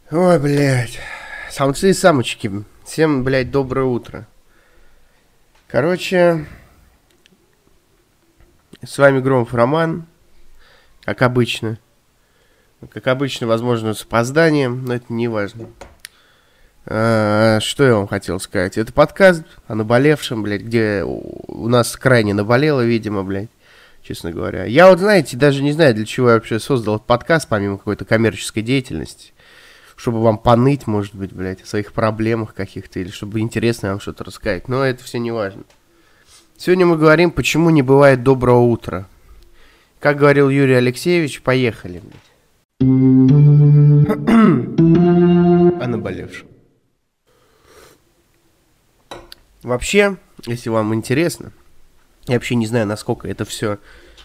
Ой, блядь. Самцы и самочки. Всем, блядь, доброе утро. Короче, с вами Громов Роман. Как обычно. Как обычно, возможно, с опозданием, но это не важно. Что я вам хотел сказать? Это подкаст о наболевшем, блядь, где у нас крайне наболело, видимо, блядь, честно говоря. Я вот, знаете, даже не знаю, для чего я вообще создал этот подкаст, помимо какой-то коммерческой деятельности. Чтобы вам поныть, может быть, блядь, о своих проблемах каких-то, или чтобы интересно вам что-то рассказать. Но это все не важно. Сегодня мы говорим, почему не бывает доброго утра. Как говорил Юрий Алексеевич, поехали, блядь. О наболевшем. Вообще, если вам интересно, я вообще не знаю, насколько это все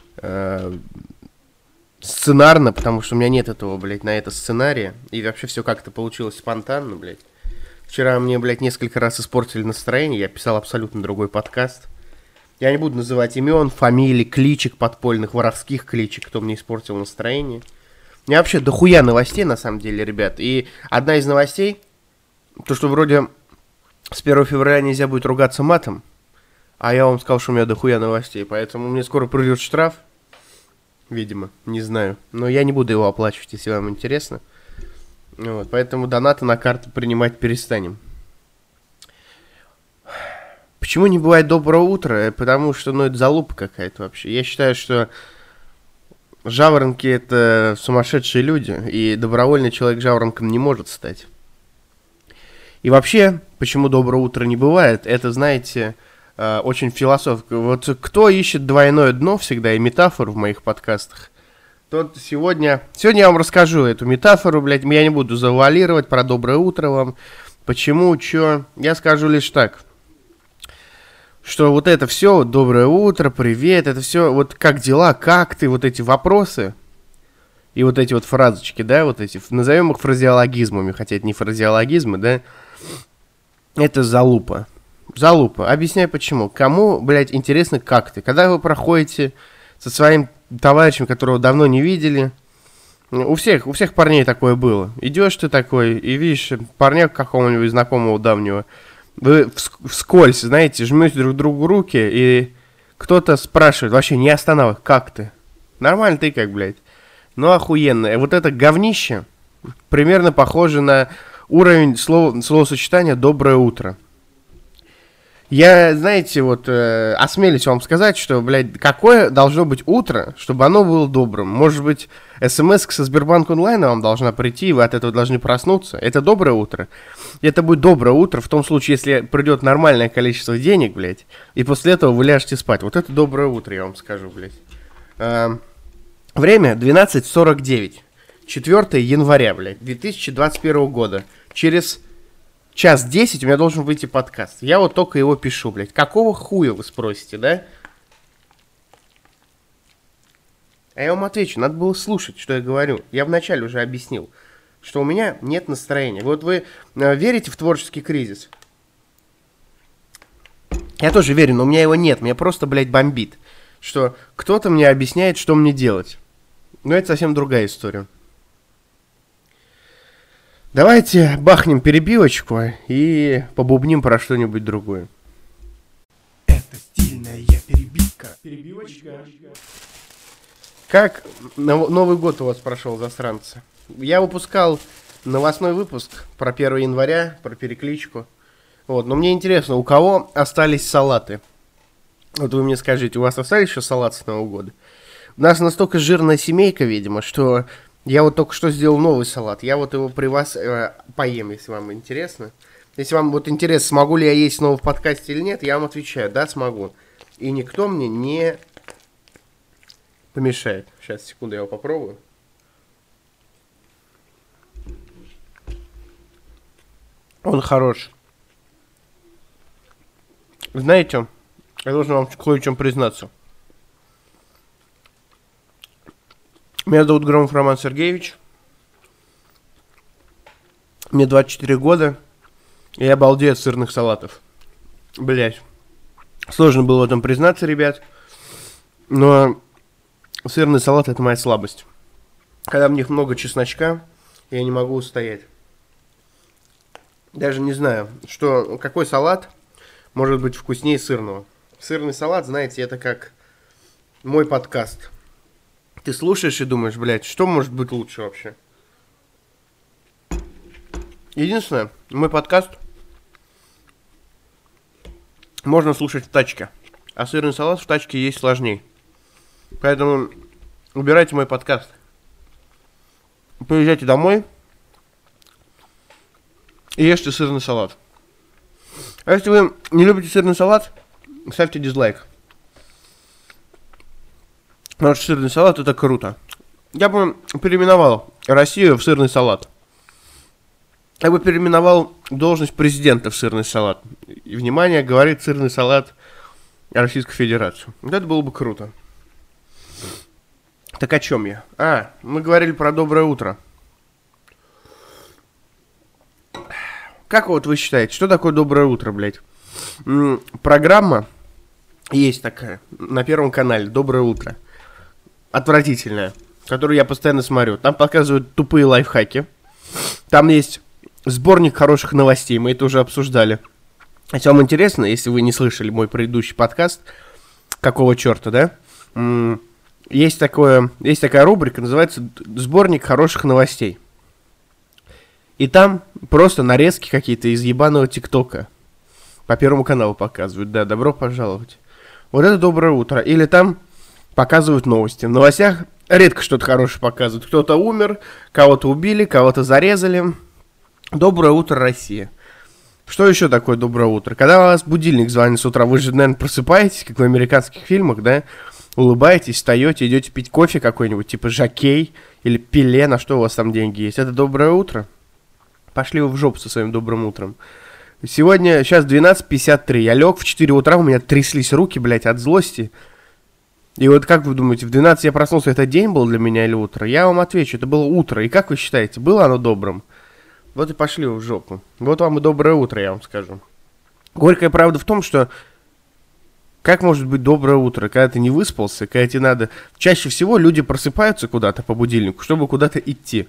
сценарно, потому что у меня нет этого, блядь, на это сценария. И вообще все как-то получилось спонтанно, блядь. Вчера мне, блядь, несколько раз испортили настроение. Я писал абсолютно другой подкаст. Я не буду называть имен, фамилий, кличек подпольных, воровских кличек, кто мне испортил настроение. У меня вообще дохуя новостей, на самом деле, ребят. И одна из новостей, то, что вроде с 1 февраля нельзя будет ругаться матом. А я вам сказал, что у меня дохуя новостей. Поэтому мне скоро придет штраф. Видимо, не знаю. Но я не буду его оплачивать, если вам интересно. Вот, поэтому донаты на карту принимать перестанем. Почему не бывает доброго утра? Потому что, это залупа какая-то вообще. Я считаю, что жаворонки — это сумасшедшие люди, и добровольный человек жаворонком не может стать. И вообще, почему доброго утра не бывает, это, знаете, очень философски. Вот кто ищет двойное дно всегда и метафору в моих подкастах, тот сегодня я вам расскажу эту метафору, блядь. Я не буду завуалировать про доброе утро вам. Почему, чё? Я скажу лишь так, что вот это все, доброе утро, привет, это все, вот как дела, как ты, вот эти вопросы и вот эти вот фразочки, да, вот эти, назовем их фразеологизмами, хотя это не фразеологизмы, да, это залупа. Залупа. Объясняю почему. Кому, блядь, интересно, как ты? Когда вы проходите со своим товарищем, которого давно не видели, у всех парней такое было. Идешь ты такой и видишь парня какого-нибудь знакомого давнего, вы вскользь, знаете, жмете друг другу руки, и кто-то спрашивает, вообще не останавливай, как ты? Нормально ты как, блядь? Ну, охуенно. Вот это говнище примерно похоже на уровень словосочетания «доброе утро». Я, знаете, вот осмелюсь вам сказать, что, блядь, какое должно быть утро, чтобы оно было добрым. Может быть, смс со Сбербанк онлайна вам должна прийти, и вы от этого должны проснуться. Это доброе утро. И это будет доброе утро в том случае, если придет нормальное количество денег, блядь, и после этого вы ляжете спать. Вот это доброе утро, я вам скажу, блядь. Время 12:49. 4 января, блядь, 2021 года. Через час 10 у меня должен выйти подкаст. Я вот только его пишу, блядь. Какого хуя, вы спросите, да? А я вам отвечу, надо было слушать, что я говорю. Я вначале уже объяснил, что у меня нет настроения. Вот вы верите в творческий кризис? Я тоже верю, но у меня его нет. Меня просто, блядь, бомбит. Что кто-то мне объясняет, что мне делать. Но это совсем другая история. Давайте бахнем перебивочку и побубним про что-нибудь другое. Это стильная перебивка. Перебивочка. Как Новый год у вас прошел, засранцы? Я выпускал новостной выпуск про 1 января, про перекличку. Вот, но мне интересно, у кого остались салаты? Вот вы мне скажите, у вас остались еще салаты с Нового года? У нас настолько жирная семейка, видимо, что я вот только что сделал новый салат. Я вот его при вас поем, если вам интересно. Если вам вот интересно, смогу ли я есть снова в подкасте или нет, я вам отвечаю, да, смогу. И никто мне не помешает. Сейчас, секунду, я его попробую. Он хорош. Знаете, я должен вам кое в чем признаться. Меня зовут Громов Роман Сергеевич. Мне 24 года. И я балдею от сырных салатов. Блять. Сложно было в этом признаться, ребят. Но сырный салат — это моя слабость. Когда в них много чесночка, я не могу устоять. Даже не знаю, какой салат может быть вкуснее сырного. Сырный салат, знаете, это как мой подкаст. Ты слушаешь и думаешь, блядь, что может быть лучше вообще? Единственное, мой подкаст можно слушать в тачке. А сырный салат в тачке есть сложней. Поэтому убирайте мой подкаст. Приезжайте домой и ешьте сырный салат. А если вы не любите сырный салат, ставьте дизлайк. Потому что сырный салат это круто. Я бы переименовал Россию в сырный салат. Я бы переименовал должность президента в сырный салат. И, внимание, говорит сырный салат Российской Федерации. Вот это было бы круто. Так о чем я? Мы говорили про доброе утро. Как вот вы считаете, что такое доброе утро, блядь? Программа есть такая на Первом канале, доброе утро. Отвратительная, которую я постоянно смотрю. Там показывают тупые лайфхаки. Там есть сборник хороших новостей, мы это уже обсуждали. Если вам интересно, если вы не слышали мой предыдущий подкаст, какого черта, да? Есть такая рубрика, называется «Сборник хороших новостей». И там просто нарезки какие-то из ебаного ТикТока. По Первому каналу показывают, да, добро пожаловать. Вот это доброе утро. Или там показывают новости. В новостях редко что-то хорошее показывают. Кто-то умер, кого-то убили, кого-то зарезали. Доброе утро, Россия. Что еще такое доброе утро? Когда у вас будильник звонит с утра, вы же, наверное, просыпаетесь, как в американских фильмах, да? Улыбаетесь, встаете, идете пить кофе какой-нибудь, типа Жокей или Пеле, на что у вас там деньги есть. Это доброе утро? Пошли вы в жопу со своим добрым утром. Сейчас 12:53. Я лег в 4 утра, у меня тряслись руки, блядь, от злости. И вот как вы думаете, в 12 я проснулся, это день был для меня или утро? Я вам отвечу, это было утро. И как вы считаете, было оно добрым? Вот и пошли вы в жопу. Вот вам и доброе утро, я вам скажу. Горькая правда в том, что как может быть доброе утро, когда ты не выспался, когда тебе надо... Чаще всего люди просыпаются куда-то по будильнику, чтобы куда-то идти.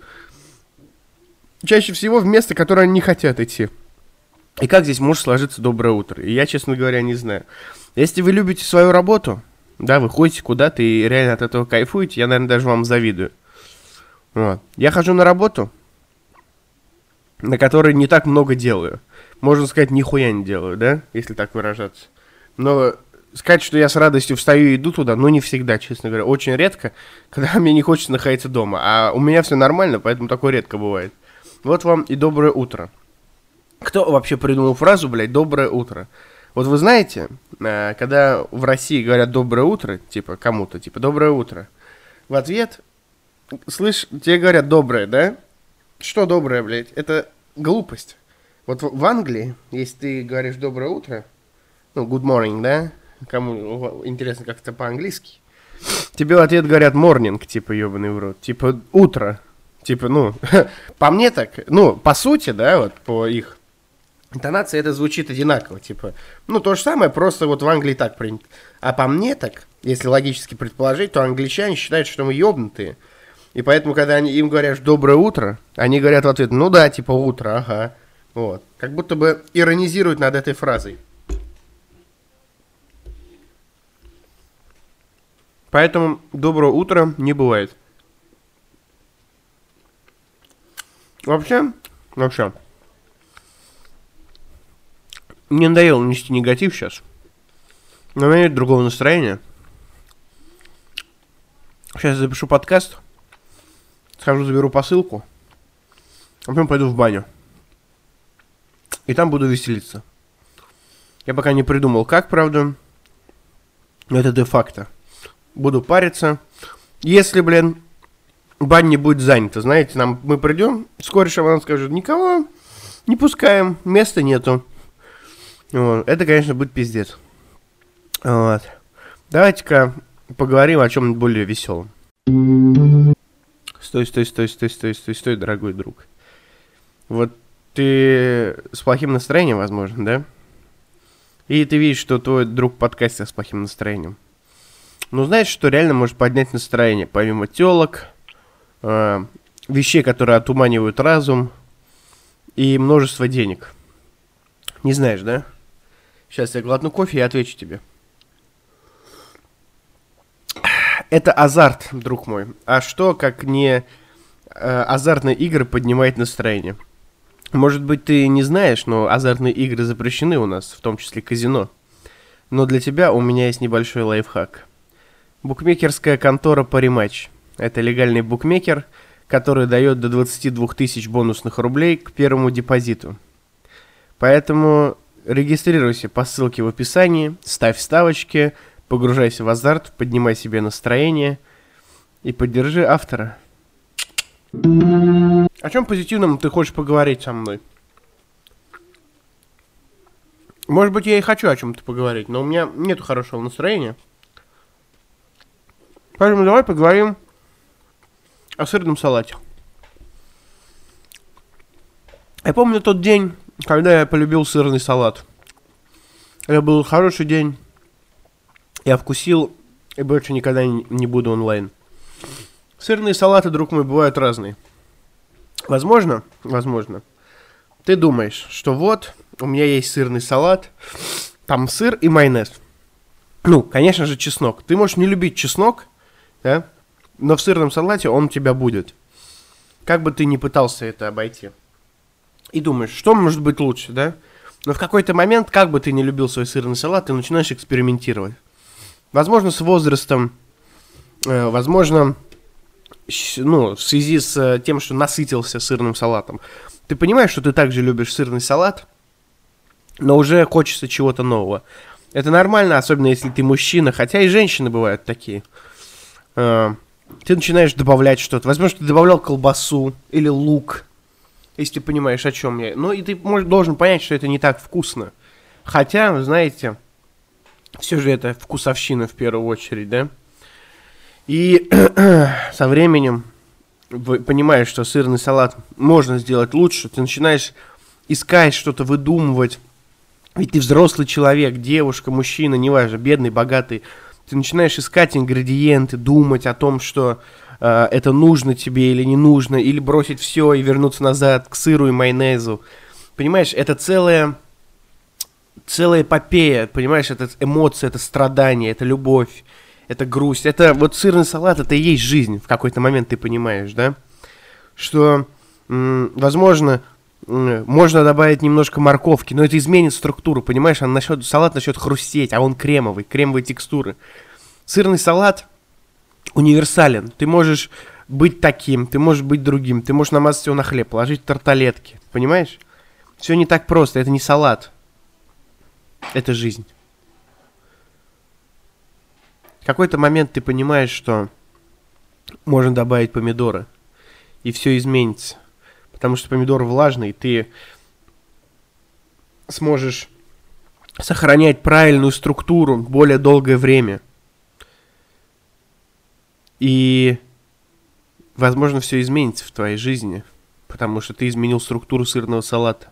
Чаще всего в место, которое они не хотят идти. И как здесь может сложиться доброе утро? И я, честно говоря, не знаю. Если вы любите свою работу, да, вы ходите куда-то и реально от этого кайфуете, я, наверное, даже вам завидую. Вот. Я хожу на работу, на которой не так много делаю. Можно сказать, нихуя не делаю, да, если так выражаться. Но сказать, что я с радостью встаю и иду туда, не всегда, честно говоря. Очень редко, когда мне не хочется находиться дома. А у меня все нормально, поэтому такое редко бывает. Вот вам и доброе утро. Кто вообще придумал фразу, блядь, доброе утро? Вот вы знаете, когда в России говорят доброе утро, типа кому-то, типа доброе утро, в ответ, слышь, тебе говорят доброе, да? Что доброе, блядь? Это глупость. Вот в Англии, если ты говоришь доброе утро, good morning, да? Кому интересно, как это по-английски, тебе в ответ говорят morning, типа ебаный в рот, типа утро. Типа, по мне так, по сути, да, вот по их интонации это звучит одинаково, типа, то же самое, просто вот в Англии так принято. А по мне так, если логически предположить, то англичане считают, что мы ебнутые. И поэтому, когда им говорят доброе утро, они говорят в ответ, да, типа утро, ага. Вот. Как будто бы иронизируют над этой фразой. Поэтому доброе утро не бывает. Вообще, мне надоело нести негатив сейчас. Но у меня нет другого настроения. Сейчас я запишу подкаст. Схожу, заберу посылку. А потом пойду в баню. И там буду веселиться. Я пока не придумал как, правда. Но это де-факто. Буду париться. Если, баня не будет занята, знаете, мы придем, скорешем, нам скажут, никого не пускаем, места нету. Вот. Это, конечно, будет пиздец. Вот. Давайте-ка поговорим о чем-нибудь более веселом. Стой, дорогой друг. Вот ты с плохим настроением, возможно, да? И ты видишь, что твой друг подкастер с плохим настроением. Знаешь, что реально может поднять настроение, помимо телок, вещей, которые отуманивают разум, и множество денег. Не знаешь, да? Сейчас я глотну кофе и отвечу тебе. Это азарт, друг мой. А что, как не азартные игры поднимает настроение? Может быть, ты не знаешь, но азартные игры запрещены у нас, в том числе казино. Но для тебя у меня есть небольшой лайфхак. Букмекерская контора Parimatch. Это легальный букмекер, который дает до 22 тысяч бонусных рублей к первому депозиту. Поэтому регистрируйся по ссылке в описании, ставь ставочки, погружайся в азарт, поднимай себе настроение и поддержи автора. О чем позитивном ты хочешь поговорить со мной? Может быть, я и хочу о чем-то поговорить, но у меня нету хорошего настроения. Поэтому давай поговорим о сырном салате. Я помню тот день, когда я полюбил сырный салат. Это был хороший день. Я вкусил и больше никогда не буду онлайн. Сырные салаты, друг мой, бывают разные. Возможно, ты думаешь, что вот, у меня есть сырный салат, там сыр и майонез. Ну, конечно же, чеснок. Ты можешь не любить чеснок, да? Но в сырном салате он у тебя будет. Как бы ты ни пытался это обойти. И думаешь, что может быть лучше, да? Но в какой-то момент, как бы ты ни любил свой сырный салат, ты начинаешь экспериментировать. Возможно, с возрастом, возможно, в связи с тем, что насытился сырным салатом. Ты понимаешь, что ты также любишь сырный салат, но уже хочется чего-то нового. Это нормально, особенно если ты мужчина, хотя и женщины бывают такие. Ты начинаешь добавлять что-то. Возможно, ты добавлял колбасу или лук, если ты понимаешь, о чем я. Ну, и ты должен понять, что это не так вкусно. Хотя, вы знаете, все же это вкусовщина в первую очередь, да? И со временем понимаешь, что сырный салат можно сделать лучше. Ты начинаешь искать что-то, выдумывать. Ведь ты взрослый человек, девушка, мужчина, неважно, бедный, богатый. Ты начинаешь искать ингредиенты, думать о том, что это нужно тебе или не нужно, или бросить все и вернуться назад к сыру и майонезу. Понимаешь, это целая эпопея, понимаешь, это эмоции, это страдания, это любовь, это грусть. Это вот сырный салат, это и есть жизнь. В какой-то момент ты понимаешь, да? Что, возможно, можно добавить немножко морковки, но это изменит структуру, понимаешь? Салат начнет хрустеть, а он кремовый, кремовой текстуры. Сырный салат универсален. Ты можешь быть таким, ты можешь быть другим, ты можешь намазать его на хлеб, положить в тарталетки, понимаешь? Все не так просто, это не салат. Это жизнь. В какой-то момент ты понимаешь, что можно добавить помидоры, и все изменится. Потому что помидор влажный, ты сможешь сохранять правильную структуру более долгое время. И, возможно, все изменится в твоей жизни, потому что ты изменил структуру сырного салата.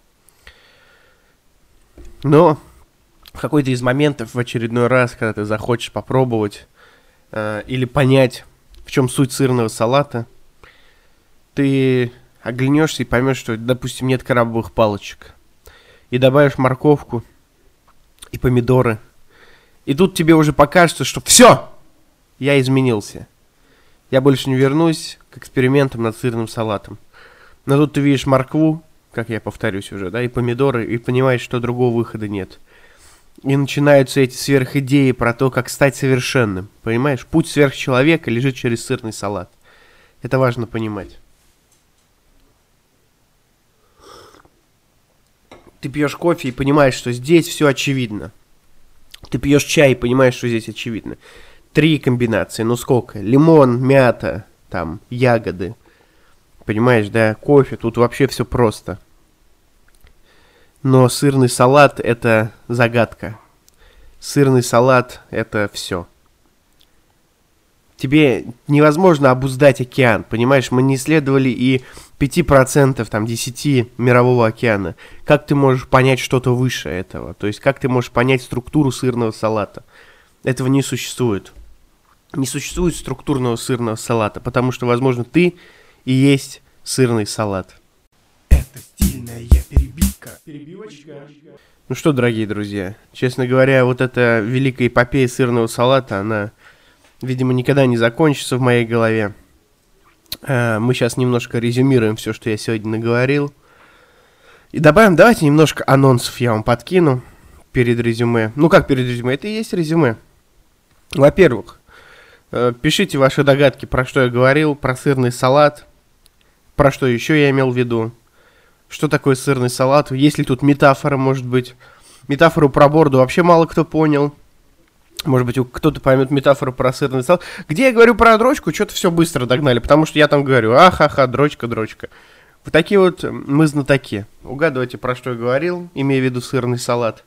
Но в какой-то из моментов, в очередной раз, когда ты захочешь попробовать или понять, в чем суть сырного салата, ты оглянешься и поймешь, что, допустим, нет крабовых палочек. И добавишь морковку и помидоры. И тут тебе уже покажется, что все, я изменился. Я больше не вернусь к экспериментам над сырным салатом. Но тут ты видишь моркву, как я повторюсь уже, да, и помидоры, и понимаешь, что другого выхода нет. И начинаются эти сверхидеи про то, как стать совершенным. Понимаешь, путь сверхчеловека лежит через сырный салат. Это важно понимать. Ты пьешь кофе и понимаешь, что здесь все очевидно. Ты пьешь чай и понимаешь, что здесь очевидно. 3 комбинации, ну сколько? Лимон, мята, там, ягоды. Понимаешь, да, кофе, тут вообще все просто. Но сырный салат — это загадка. Сырный салат — это все. Тебе невозможно обуздать океан, понимаешь? Мы не исследовали и 5%, там, 10 мирового океана. Как ты можешь понять что-то выше этого? То есть, как ты можешь понять структуру сырного салата? Этого не существует. Не существует структурного сырного салата, потому что, возможно, ты и есть сырный салат. Это стильная перебивка. Перебивочка. Ну что, дорогие друзья, честно говоря, вот эта великая эпопея сырного салата, она, видимо, никогда не закончится в моей голове. Мы сейчас немножко резюмируем все, что я сегодня наговорил. И добавим, давайте немножко анонсов я вам подкину перед резюме. Ну как перед резюме? Это и есть резюме. Во-первых, пишите ваши догадки, про что я говорил, про сырный салат, про что еще я имел в виду. Что такое сырный салат? Есть ли тут метафора, может быть? Метафору про борду вообще мало кто понял. Может быть, кто-то поймет метафору про сырный салат. Где я говорю про дрочку, что-то все быстро догнали, потому что я там говорю, ахаха, дрочка. Вот такие вот мы знатоки. Угадывайте, про что я говорил, имея в виду сырный салат.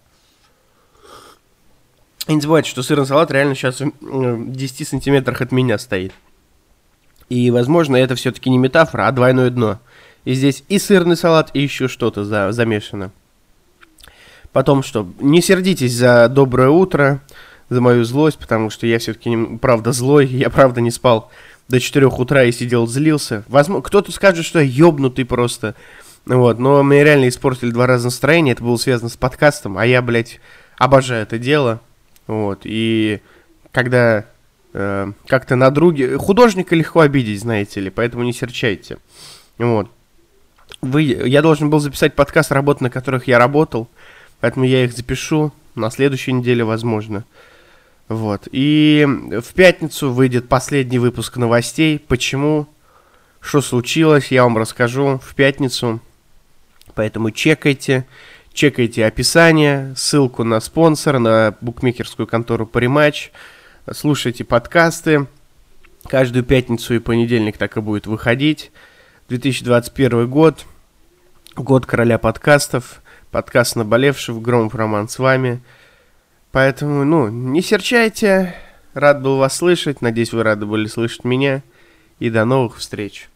И не забывайте, что сырный салат реально сейчас в 10 сантиметрах от меня стоит. И, возможно, это все-таки не метафора, а двойное дно. И здесь и сырный салат, и еще что-то замешано. Потом что? Не сердитесь за доброе утро, за мою злость, потому что я все-таки, правда, злой. Я, правда, не спал до 4 утра и сидел, злился. Возможно, кто-то скажет, что я ёбнутый просто. Вот, но мне реально испортили 2 раза настроение. Это было связано с подкастом, а я, блядь, обожаю это дело. Вот, и когда как-то на друге... Художника легко обидеть, знаете ли, поэтому не серчайте. Вот. Я должен был записать подкаст работ, на которых я работал, поэтому я их запишу на следующей неделе, возможно. Вот. И в пятницу выйдет последний выпуск новостей. Почему? Что случилось, я вам расскажу в пятницу. Поэтому чекайте описание, ссылку на спонсора, на букмекерскую контору Parimatch. Слушайте подкасты. Каждую пятницу и понедельник так и будет выходить. 2021 год. Год короля подкастов. Подкаст «Наболевший», Громов Роман с вами. Поэтому, не серчайте. Рад был вас слышать. Надеюсь, вы рады были слышать меня. И до новых встреч.